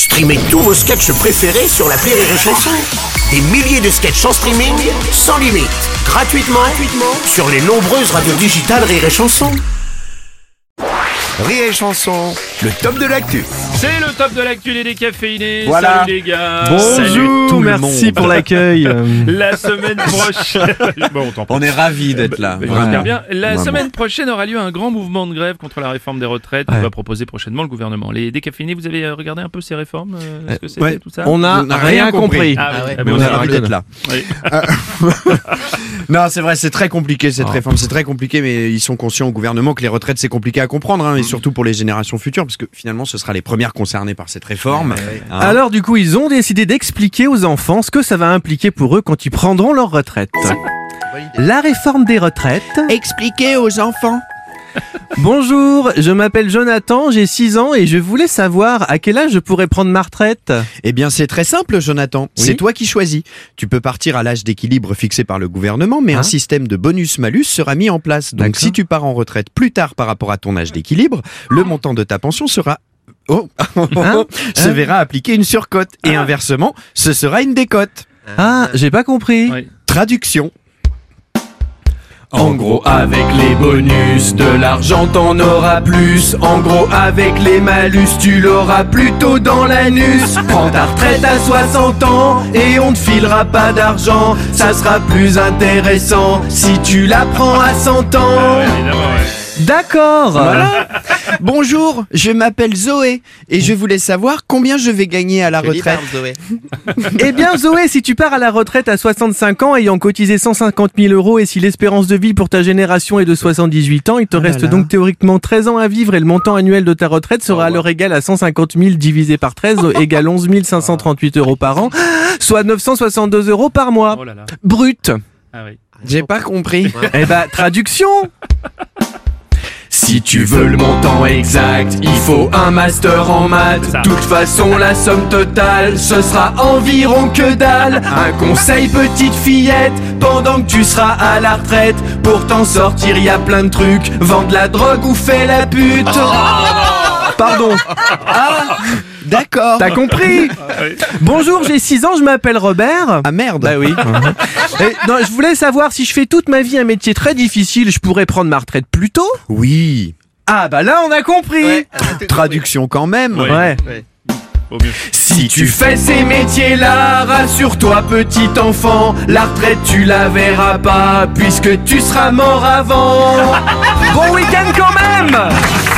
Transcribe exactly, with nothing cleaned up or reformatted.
Streamez tous vos sketchs préférés sur l'appli Rire et Chanson. Des milliers de sketchs en streaming, sans limite, gratuitement, gratuitement sur les nombreuses radios digitales Rire et Chanson. Rire et Chanson, le top de l'actu. C'est le top de l'actu des décaféinés. Voilà. Salut les gars. Bonjour, Salut tout le merci monde. pour l'accueil. La semaine prochaine. Bon, on t'en prie. On est ravis d'être là. Bah, Vraiment. J'espère bien. La Vraiment. semaine prochaine aura lieu un grand mouvement de grève contre la réforme des retraites que Ouais. va proposer prochainement le gouvernement. Les décaféinés, vous avez euh, regardé un peu ces réformes euh, Ce que c'était Ouais. tout ça On n'a On n'a rien rien compris. Ah, Ah oui. ouais. Ah, Mais bon, on on est est ravis ravis. d'être là. Oui. Non, c'est vrai, c'est très compliqué cette Oh. réforme, c'est très compliqué, mais ils sont conscients au gouvernement que les retraites c'est compliqué à comprendre, hein, et surtout pour les générations futures, parce que finalement ce sera les premières concernées par cette réforme. Hein. Alors du coup, ils ont décidé d'expliquer aux enfants ce que ça va impliquer pour eux quand ils prendront leur retraite. La réforme des retraites. Expliquez aux enfants. Bonjour, je m'appelle Jonathan, j'ai six ans et je voulais savoir à quel âge je pourrais prendre ma retraite. Eh bien c'est très simple, Jonathan, Oui. c'est toi qui choisis. Tu peux partir à l'âge d'équilibre fixé par le gouvernement, mais Ah. un système de bonus-malus sera mis en place. Donc D'accord. si tu pars en retraite plus tard par rapport à ton âge d'équilibre, le montant de ta pension sera... Oh. Hein se verra appliquer une surcote. Et inversement, ce sera une décote. Ah, j'ai pas compris. Oui. Traduction. En gros, avec les bonus, de l'argent t'en auras plus. En gros, avec les malus, tu l'auras plutôt dans l'anus. Prends ta retraite à soixante ans et on te filera pas d'argent. Ça sera plus intéressant si tu la prends à cent ans. Ouais, évidemment, ouais. D'accord. Voilà. Bonjour, je m'appelle Zoé et je voulais savoir combien je vais gagner à la retraite. Eh bien Zoé, si tu pars à la retraite à soixante-cinq ans ayant cotisé cent cinquante mille euros et si l'espérance de vie pour ta génération est de soixante-dix-huit ans, il te Oh là reste là. donc théoriquement treize ans à vivre et le montant annuel de ta retraite sera alors égal à cent cinquante mille divisé par treize égale onze mille cinq cent trente-huit euros par an, soit neuf cent soixante-deux euros par mois. Oh là là. Brut. Ah oui. J'ai pas compris. Eh ben, traduction. Si tu veux le montant exact, il faut un master en maths. Ça. De toute façon, la somme totale, ce sera environ que dalle. Un conseil, petite fillette, pendant que tu seras à la retraite, pour t'en sortir, y a plein de trucs. Vends de la drogue ou fais la pute. Pardon. D'accord. T'as compris? Bonjour, j'ai six ans, je m'appelle Robert. Ah merde. Bah oui. Et, non, je voulais savoir si je fais toute ma vie un métier très difficile, je pourrais prendre ma retraite plus tôt? Oui. Ah bah là on a compris. Traduction quand même. Ouais. Ouais. Au mieux. Si tu fais ces métiers-là, rassure-toi petit enfant, la retraite tu la verras pas, puisque tu seras mort avant. Bon week-end quand même.